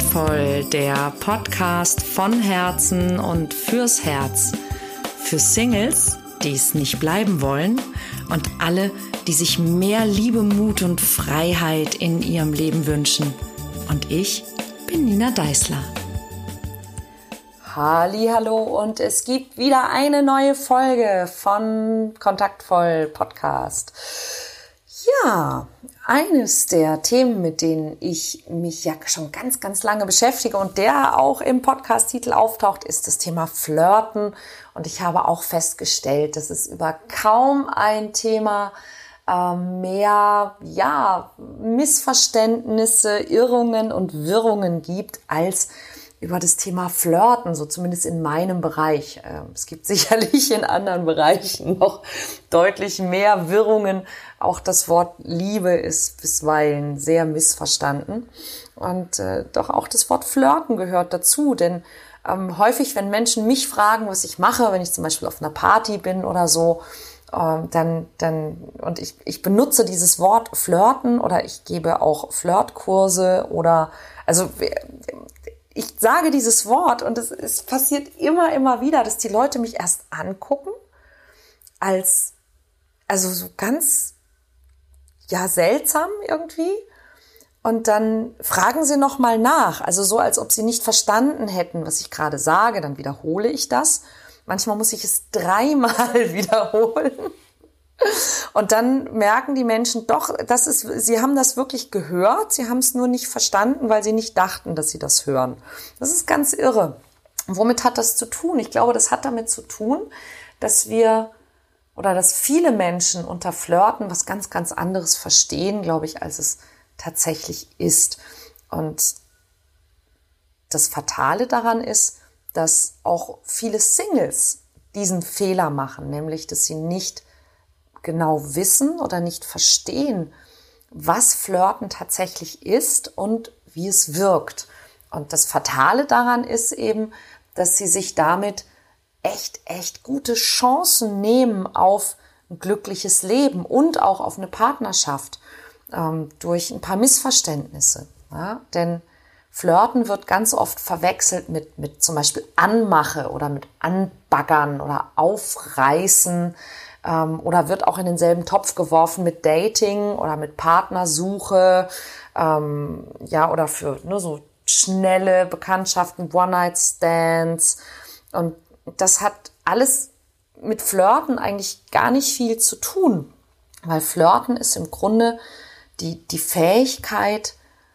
Kontaktvoll, der Podcast von Herzen und fürs Herz. Für Singles, die es nicht bleiben wollen und alle, die sich mehr Liebe, Mut und Freiheit in ihrem Leben wünschen. Und ich bin Nina Deißler. Hallihallo und es gibt wieder eine neue Folge von Kontaktvoll Podcast. Ja, eines der Themen, mit denen ich mich ja schon ganz, ganz lange beschäftige und der auch im Podcast-Titel auftaucht, ist das Thema Flirten. Und ich habe auch festgestellt, dass es über kaum ein Thema mehr Missverständnisse, Irrungen und Wirrungen gibt als über das Thema Flirten, so zumindest in meinem Bereich. Es gibt sicherlich in anderen Bereichen noch deutlich mehr Wirrungen. Auch das Wort Liebe ist bisweilen sehr missverstanden. Und doch auch das Wort Flirten gehört dazu, denn häufig, wenn Menschen mich fragen, was ich mache, wenn ich zum Beispiel auf einer Party bin oder so, und ich benutze dieses Wort Flirten oder ich gebe auch Flirtkurse oder, also ich sage dieses Wort und es passiert immer wieder, dass die Leute mich erst angucken also so ganz, seltsam irgendwie. Und dann fragen sie nochmal nach, also so, als ob sie nicht verstanden hätten, was ich gerade sage. Dann wiederhole ich das. Manchmal muss ich es 3-mal wiederholen. Und dann merken die Menschen doch, sie haben das wirklich gehört, sie haben es nur nicht verstanden, weil sie nicht dachten, dass sie das hören. Das ist ganz irre. Und womit hat das zu tun? Ich glaube, das hat damit zu tun, dass viele Menschen unter Flirten was ganz, ganz anderes verstehen, glaube ich, als es tatsächlich ist. Und das Fatale daran ist, dass auch viele Singles diesen Fehler machen, nämlich, dass sie nicht genau wissen oder nicht verstehen, was Flirten tatsächlich ist und wie es wirkt. Und das Fatale daran ist eben, dass sie sich damit echt gute Chancen nehmen auf ein glückliches Leben und auch auf eine Partnerschaft durch ein paar Missverständnisse. Ja? Denn Flirten wird ganz oft verwechselt mit zum Beispiel Anmache oder mit Anbaggern oder Aufreißen, oder wird auch in denselben Topf geworfen mit Dating oder mit Partnersuche, oder für so schnelle Bekanntschaften, One-Night-Stands. Und das hat alles mit Flirten eigentlich gar nicht viel zu tun, weil Flirten ist im Grunde die Fähigkeit,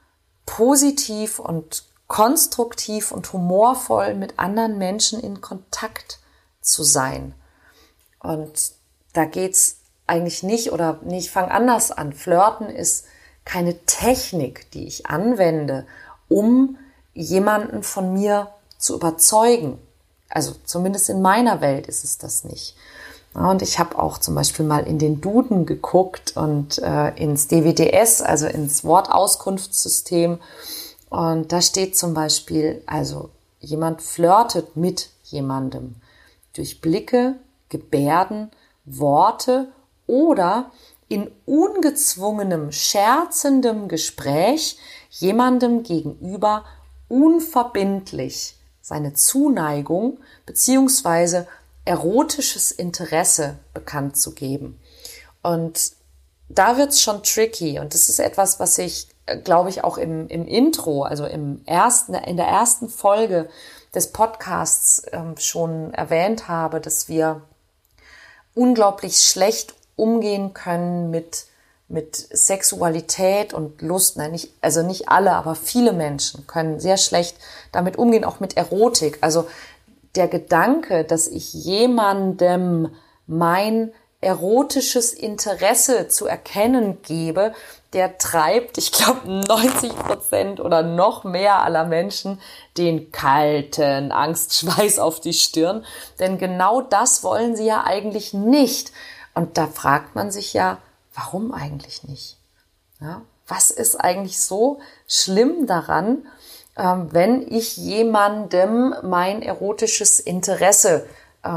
positiv und konstruktiv und humorvoll mit anderen Menschen in Kontakt zu sein. Und da geht's eigentlich nicht, ich fange anders an. Flirten ist keine Technik, die ich anwende, um jemanden von mir zu überzeugen. Also zumindest in meiner Welt ist es das nicht. Ja, und ich habe auch zum Beispiel mal in den Duden geguckt und ins DWDS, also ins Wortauskunftssystem. Und da steht zum Beispiel, also jemand flirtet mit jemandem durch Blicke, Gebärden, Worte oder in ungezwungenem, scherzendem Gespräch jemandem gegenüber unverbindlich seine Zuneigung bzw. erotisches Interesse bekannt zu geben. Und da wird's schon tricky und das ist etwas, was ich, glaube ich, auch im Intro, also in der ersten Folge des Podcasts schon erwähnt habe, dass wir unglaublich schlecht umgehen können mit Sexualität und Lust. Nein, nicht alle, aber viele Menschen können sehr schlecht damit umgehen, auch mit Erotik. Also der Gedanke, dass ich jemandem mein erotisches Interesse zu erkennen gebe, der treibt, ich glaube, 90% oder noch mehr aller Menschen den kalten Angstschweiß auf die Stirn. Denn genau das wollen sie ja eigentlich nicht. Und da fragt man sich ja, warum eigentlich nicht? Ja, was ist eigentlich so schlimm daran, wenn ich jemandem mein erotisches Interesse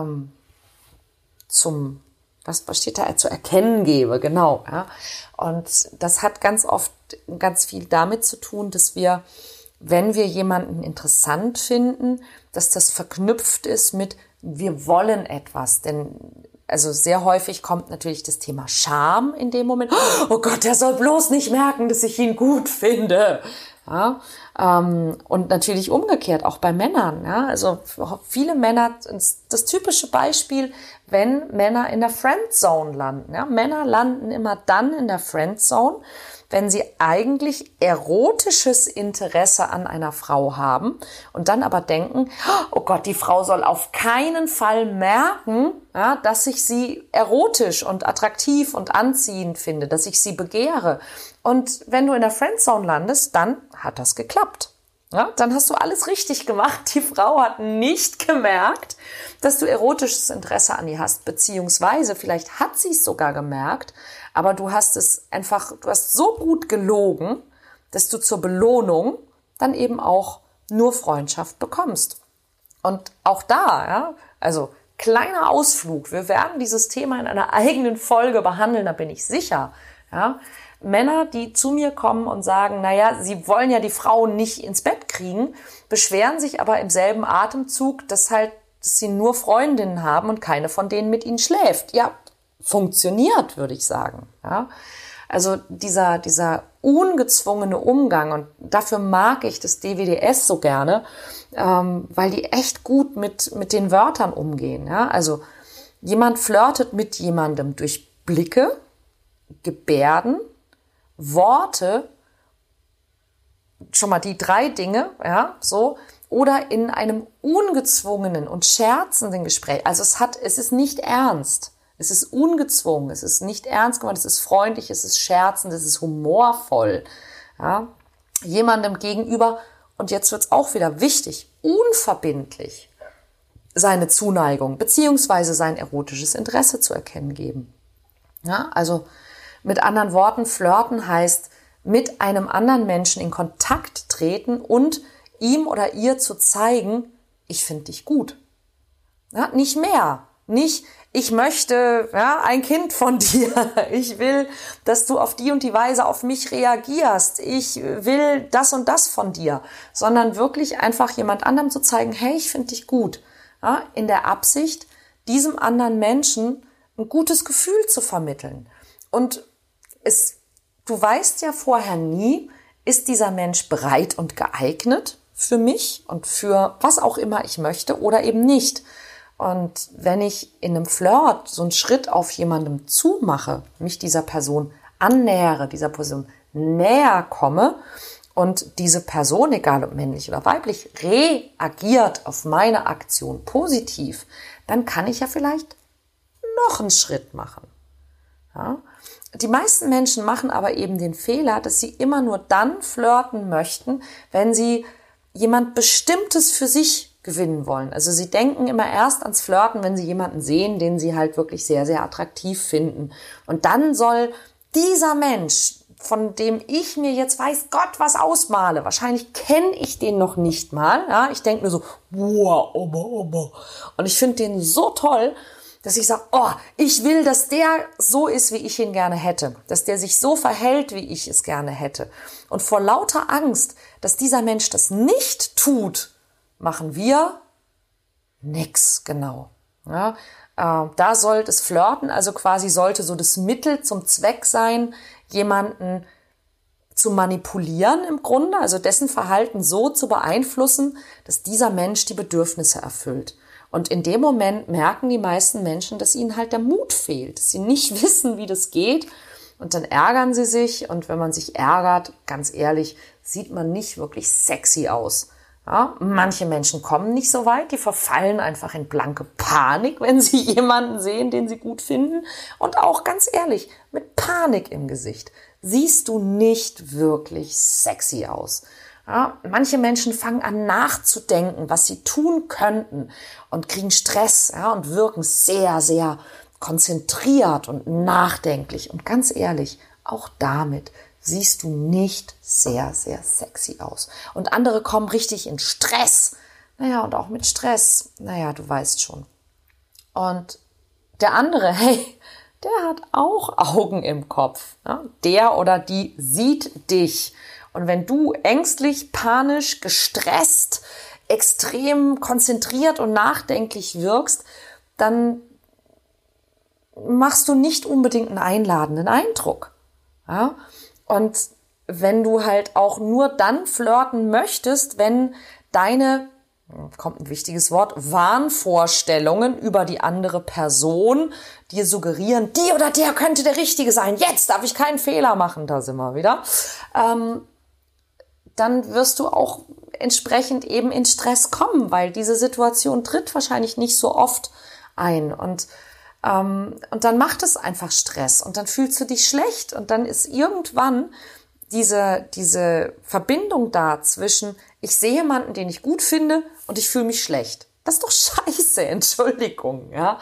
was steht da, zu erkennen gebe, genau. Ja. Und das hat ganz oft ganz viel damit zu tun, dass wir wenn wir jemanden interessant finden, dass das verknüpft ist mit wir wollen etwas. Denn also sehr häufig kommt natürlich das Thema Scham in dem Moment. Oh Gott, der soll bloß nicht merken, dass ich ihn gut finde. Ja, und natürlich umgekehrt, auch bei Männern. Ja, also viele Männer, das typische Beispiel, wenn Männer in der Friendzone landen. Ja, Männer landen immer dann in der Friendzone, wenn sie eigentlich erotisches Interesse an einer Frau haben und dann aber denken, oh Gott, die Frau soll auf keinen Fall merken, ja, dass ich sie erotisch und attraktiv und anziehend finde, dass ich sie begehre. Und wenn du in der Friendzone landest, dann hat das geklappt. Ja, dann hast du alles richtig gemacht. Die Frau hat nicht gemerkt, dass du erotisches Interesse an ihr hast, beziehungsweise vielleicht hat sie es sogar gemerkt, aber du hast so gut gelogen, dass du zur Belohnung dann eben auch nur Freundschaft bekommst. Und auch da, ja, also kleiner Ausflug, wir werden dieses Thema in einer eigenen Folge behandeln, da bin ich sicher, ja. Männer, die zu mir kommen und sagen, naja, sie wollen ja die Frauen nicht ins Bett kriegen, beschweren sich aber im selben Atemzug, dass sie nur Freundinnen haben und keine von denen mit ihnen schläft. Ja, funktioniert, würde ich sagen. Ja, also dieser ungezwungene Umgang, und dafür mag ich das DWDS so gerne, weil die echt gut mit den Wörtern umgehen. Ja, also jemand flirtet mit jemandem durch Blicke, Gebärden, Worte, schon mal die 3 Dinge, ja, so, oder in einem ungezwungenen und scherzenden Gespräch. Also es ist nicht ernst. Es ist ungezwungen, es ist nicht ernst gemeint, es ist freundlich, es ist scherzend, es ist humorvoll. Ja, jemandem gegenüber, und jetzt wird's auch wieder wichtig, unverbindlich seine Zuneigung beziehungsweise sein erotisches Interesse zu erkennen geben. Ja, also mit anderen Worten, flirten heißt, mit einem anderen Menschen in Kontakt treten und ihm oder ihr zu zeigen, ich finde dich gut. Ja, nicht mehr. Nicht, ich möchte ein Kind von dir. Ich will, dass du auf die und die Weise auf mich reagierst. Ich will das und das von dir. Sondern wirklich einfach jemand anderem zu zeigen, hey, ich finde dich gut. Ja, in der Absicht, diesem anderen Menschen ein gutes Gefühl zu vermitteln. Und du weißt ja vorher nie, ist dieser Mensch bereit und geeignet für mich und für was auch immer ich möchte oder eben nicht. Und wenn ich in einem Flirt so einen Schritt auf jemandem zumache, mich dieser Person annähere, dieser Person näher komme und diese Person, egal ob männlich oder weiblich, reagiert auf meine Aktion positiv, dann kann ich ja vielleicht noch einen Schritt machen. Ja? Die meisten Menschen machen aber eben den Fehler, dass sie immer nur dann flirten möchten, wenn sie jemand Bestimmtes für sich gewinnen wollen. Also sie denken immer erst ans Flirten, wenn sie jemanden sehen, den sie halt wirklich sehr, sehr attraktiv finden. Und dann soll dieser Mensch, von dem ich mir jetzt weiß Gott was ausmale, wahrscheinlich kenne ich den noch nicht mal. Ja, ich denke mir so, wow, Oma. Und ich finde den so toll, dass ich sage, oh, ich will, dass der so ist, wie ich ihn gerne hätte. Dass der sich so verhält, wie ich es gerne hätte. Und vor lauter Angst, dass dieser Mensch das nicht tut, machen wir nix, genau. Ja, da soll das Flirten, also quasi sollte so das Mittel zum Zweck sein, jemanden zu manipulieren im Grunde, also dessen Verhalten so zu beeinflussen, dass dieser Mensch die Bedürfnisse erfüllt. Und in dem Moment merken die meisten Menschen, dass ihnen halt der Mut fehlt, dass sie nicht wissen, wie das geht. Und dann ärgern sie sich. Und wenn man sich ärgert, ganz ehrlich, sieht man nicht wirklich sexy aus. Ja, manche Menschen kommen nicht so weit, die verfallen einfach in blanke Panik, wenn sie jemanden sehen, den sie gut finden. Und auch ganz ehrlich, mit Panik im Gesicht siehst du nicht wirklich sexy aus. Ja, manche Menschen fangen an nachzudenken, was sie tun könnten und kriegen Stress, ja, und wirken sehr, sehr konzentriert und nachdenklich. Und ganz ehrlich, auch damit siehst du nicht sehr, sehr sexy aus. Und andere kommen richtig in Stress. Naja, und auch mit Stress, naja, du weißt schon. Und der andere, hey, der hat auch Augen im Kopf. Ja? Der oder die sieht dich. Und wenn du ängstlich, panisch, gestresst, extrem konzentriert und nachdenklich wirkst, dann machst du nicht unbedingt einen einladenden Eindruck. Ja? Und wenn du halt auch nur dann flirten möchtest, wenn deine, kommt ein wichtiges Wort, Wahnvorstellungen über die andere Person dir suggerieren, die oder der könnte der Richtige sein, jetzt darf ich keinen Fehler machen, da sind wir wieder, dann wirst du auch entsprechend eben in Stress kommen, weil diese Situation tritt wahrscheinlich nicht so oft ein und dann macht es einfach Stress und dann fühlst du dich schlecht und dann ist irgendwann diese Verbindung da zwischen, ich sehe jemanden, den ich gut finde und ich fühle mich schlecht. Das ist doch scheiße, Entschuldigung, ja.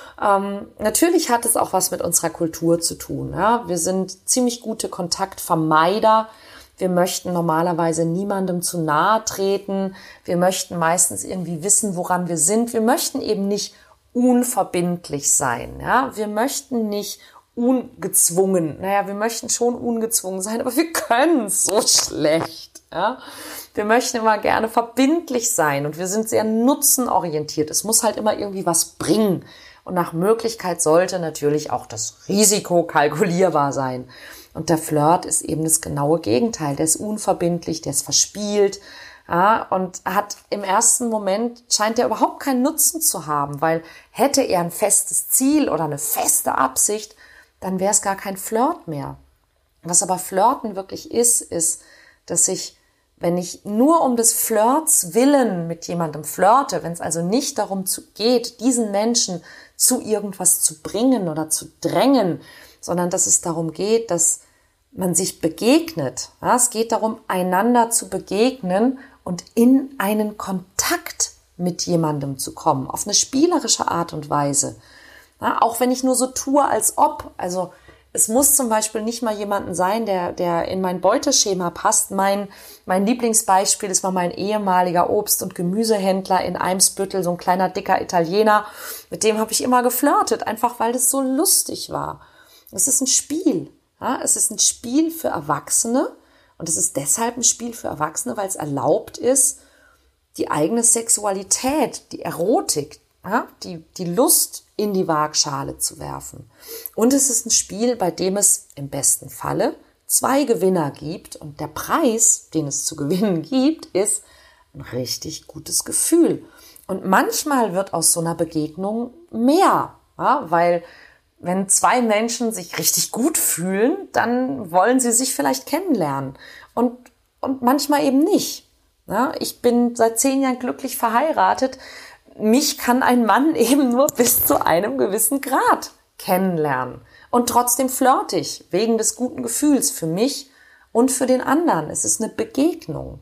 Natürlich hat es auch was mit unserer Kultur zu tun, ja. Wir sind ziemlich gute Kontaktvermeider. Wir möchten normalerweise niemandem zu nahe treten. Wir möchten meistens irgendwie wissen, woran wir sind. Wir möchten eben nicht unverbindlich sein, ja. Wir möchten nicht ungezwungen. Wir möchten schon ungezwungen sein, aber wir können es so schlecht. Ja? Wir möchten immer gerne verbindlich sein und wir sind sehr nutzenorientiert. Es muss halt immer irgendwie was bringen. Und nach Möglichkeit sollte natürlich auch das Risiko kalkulierbar sein. Und der Flirt ist eben das genaue Gegenteil. Der ist unverbindlich, der ist verspielt. Ja, und hat im ersten Moment, scheint er überhaupt keinen Nutzen zu haben, weil hätte er ein festes Ziel oder eine feste Absicht, dann wäre es gar kein Flirt mehr. Was aber Flirten wirklich ist, dass ich, wenn ich nur um des Flirts willen mit jemandem flirte, wenn es also nicht darum geht, diesen Menschen zu irgendwas zu bringen oder zu drängen, sondern dass es darum geht, dass man sich begegnet. Ja, es geht darum, einander zu begegnen und in einen Kontakt mit jemandem zu kommen, auf eine spielerische Art und Weise. Ja, auch wenn ich nur so tue, als ob. Also es muss zum Beispiel nicht mal jemanden sein, der in mein Beuteschema passt. Mein Lieblingsbeispiel ist mal mein ehemaliger Obst- und Gemüsehändler in Eimsbüttel, so ein kleiner, dicker Italiener. Mit dem habe ich immer geflirtet, einfach weil das so lustig war. Es ist ein Spiel. Ja? Es ist ein Spiel für Erwachsene. Und es ist deshalb ein Spiel für Erwachsene, weil es erlaubt ist, die eigene Sexualität, die Erotik, ja, die Lust in die Waagschale zu werfen. Und es ist ein Spiel, bei dem es im besten Falle 2 Gewinner gibt. Und der Preis, den es zu gewinnen gibt, ist ein richtig gutes Gefühl. Und manchmal wird aus so einer Begegnung mehr, ja, weil wenn 2 Menschen sich richtig gut fühlen, dann wollen sie sich vielleicht kennenlernen. Und manchmal eben nicht. Ja, ich bin seit 10 Jahren glücklich verheiratet. Mich kann ein Mann eben nur bis zu einem gewissen Grad kennenlernen. Und trotzdem flirte ich, wegen des guten Gefühls für mich und für den anderen. Es ist eine Begegnung.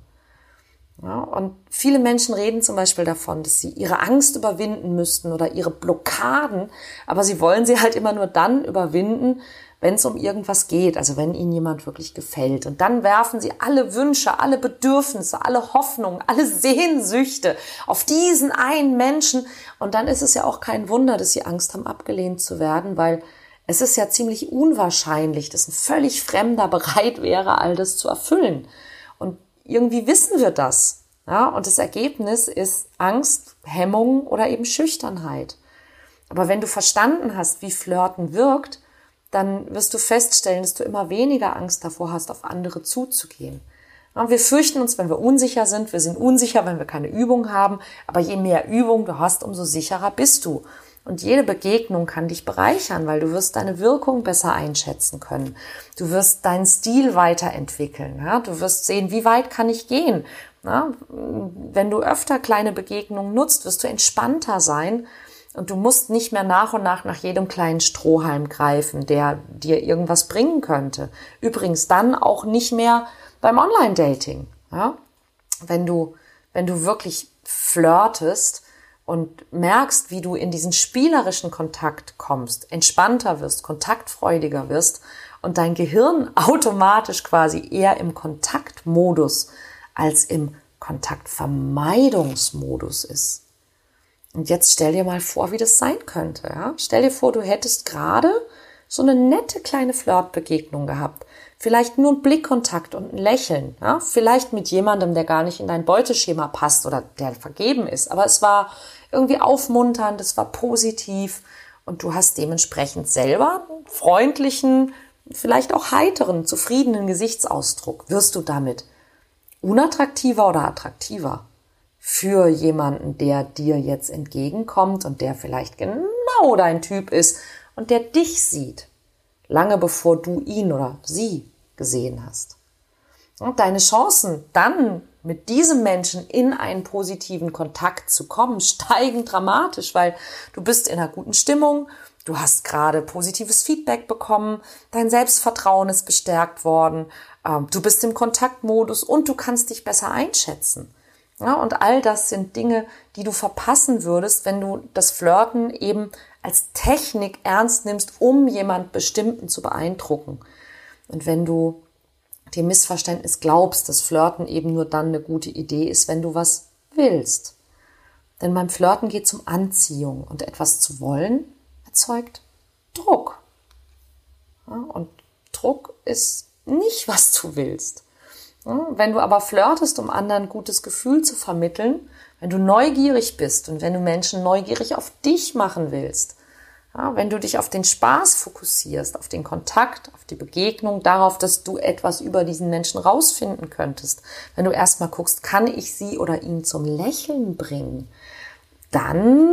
Ja, und viele Menschen reden zum Beispiel davon, dass sie ihre Angst überwinden müssten oder ihre Blockaden, aber sie wollen sie halt immer nur dann überwinden, wenn es um irgendwas geht, also wenn ihnen jemand wirklich gefällt. Und dann werfen sie alle Wünsche, alle Bedürfnisse, alle Hoffnungen, alle Sehnsüchte auf diesen einen Menschen. Und dann ist es ja auch kein Wunder, dass sie Angst haben, abgelehnt zu werden, weil es ist ja ziemlich unwahrscheinlich, dass ein völlig Fremder bereit wäre, all das zu erfüllen. Und irgendwie wissen wir das. Ja? Und das Ergebnis ist Angst, Hemmung oder eben Schüchternheit. Aber wenn du verstanden hast, wie Flirten wirkt, dann wirst du feststellen, dass du immer weniger Angst davor hast, auf andere zuzugehen. Ja, wir fürchten uns, wenn wir unsicher sind. Wir sind unsicher, wenn wir keine Übung haben. Aber je mehr Übung du hast, umso sicherer bist du. Und jede Begegnung kann dich bereichern, weil du wirst deine Wirkung besser einschätzen können. Du wirst deinen Stil weiterentwickeln. Ja? Du wirst sehen, wie weit kann ich gehen. Ja? Wenn du öfter kleine Begegnungen nutzt, wirst du entspannter sein. Und du musst nicht mehr nach und nach jedem kleinen Strohhalm greifen, der dir irgendwas bringen könnte. Übrigens dann auch nicht mehr beim Online-Dating. Ja? Wenn du wirklich flirtest und merkst, wie du in diesen spielerischen Kontakt kommst, entspannter wirst, kontaktfreudiger wirst und dein Gehirn automatisch quasi eher im Kontaktmodus als im Kontaktvermeidungsmodus ist. Und jetzt stell dir mal vor, wie das sein könnte. Ja? Stell dir vor, du hättest gerade so eine nette kleine Flirtbegegnung gehabt. Vielleicht nur ein Blickkontakt und ein Lächeln. Ja? Vielleicht mit jemandem, der gar nicht in dein Beuteschema passt oder der vergeben ist. Aber es war irgendwie aufmunternd, es war positiv und du hast dementsprechend selber einen freundlichen, vielleicht auch heiteren, zufriedenen Gesichtsausdruck. Wirst du damit unattraktiver oder attraktiver für jemanden, der dir jetzt entgegenkommt und der vielleicht genau dein Typ ist und der dich sieht, lange bevor du ihn oder sie gesehen hast. Und deine Chancen, dann mit diesem Menschen in einen positiven Kontakt zu kommen, steigen dramatisch, weil du bist in einer guten Stimmung, du hast gerade positives Feedback bekommen, dein Selbstvertrauen ist gestärkt worden, du bist im Kontaktmodus und du kannst dich besser einschätzen. Ja, und all das sind Dinge, die du verpassen würdest, wenn du das Flirten eben als Technik ernst nimmst, um jemand Bestimmten zu beeindrucken. Und wenn du dem Missverständnis glaubst, dass Flirten eben nur dann eine gute Idee ist, wenn du was willst. Denn beim Flirten geht es um Anziehung und etwas zu wollen erzeugt Druck. Ja, und Druck ist nicht, was du willst. Wenn du aber flirtest, um anderen ein gutes Gefühl zu vermitteln, wenn du neugierig bist und wenn du Menschen neugierig auf dich machen willst, ja, wenn du dich auf den Spaß fokussierst, auf den Kontakt, auf die Begegnung, darauf, dass du etwas über diesen Menschen rausfinden könntest, wenn du erstmal guckst, kann ich sie oder ihn zum Lächeln bringen, dann,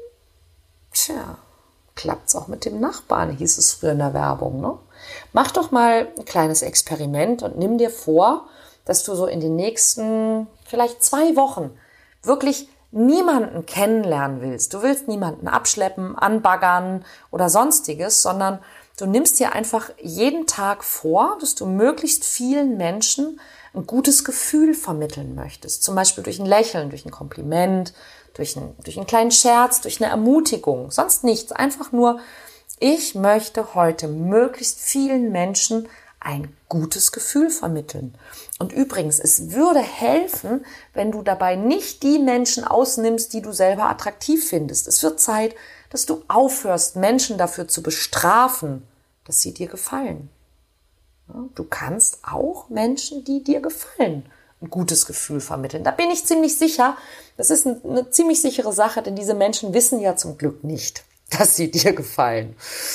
klappt's auch mit dem Nachbarn, hieß es früher in der Werbung, ne? Mach doch mal ein kleines Experiment und nimm dir vor, dass du so in den nächsten vielleicht 2 Wochen wirklich niemanden kennenlernen willst. Du willst niemanden abschleppen, anbaggern oder sonstiges, sondern du nimmst dir einfach jeden Tag vor, dass du möglichst vielen Menschen ein gutes Gefühl vermitteln möchtest. Zum Beispiel durch ein Lächeln, durch ein Kompliment, durch einen kleinen Scherz, durch eine Ermutigung, sonst nichts. Einfach nur, ich möchte heute möglichst vielen Menschen ein gutes Gefühl vermitteln. Und übrigens, es würde helfen, wenn du dabei nicht die Menschen ausnimmst, die du selber attraktiv findest. Es wird Zeit, dass du aufhörst, Menschen dafür zu bestrafen, dass sie dir gefallen. Du kannst auch Menschen, die dir gefallen, ein gutes Gefühl vermitteln. Da bin ich ziemlich sicher. Das ist eine ziemlich sichere Sache, denn diese Menschen wissen ja zum Glück nicht, dass sie dir gefallen.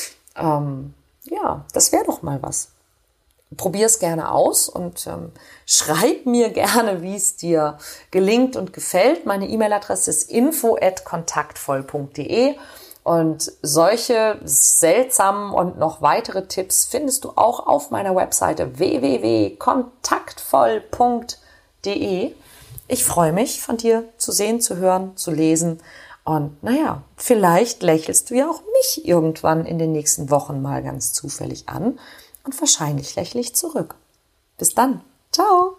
Das wäre doch mal was. Probier es gerne aus und schreib mir gerne, wie es dir gelingt und gefällt. Meine E-Mail-Adresse ist info@kontaktvoll.de und solche seltsamen und noch weitere Tipps findest du auch auf meiner Webseite www.kontaktvoll.de. Ich freue mich, von dir zu sehen, zu hören, zu lesen. Und vielleicht lächelst du ja auch mich irgendwann in den nächsten Wochen mal ganz zufällig an und wahrscheinlich lächle ich zurück. Bis dann. Ciao.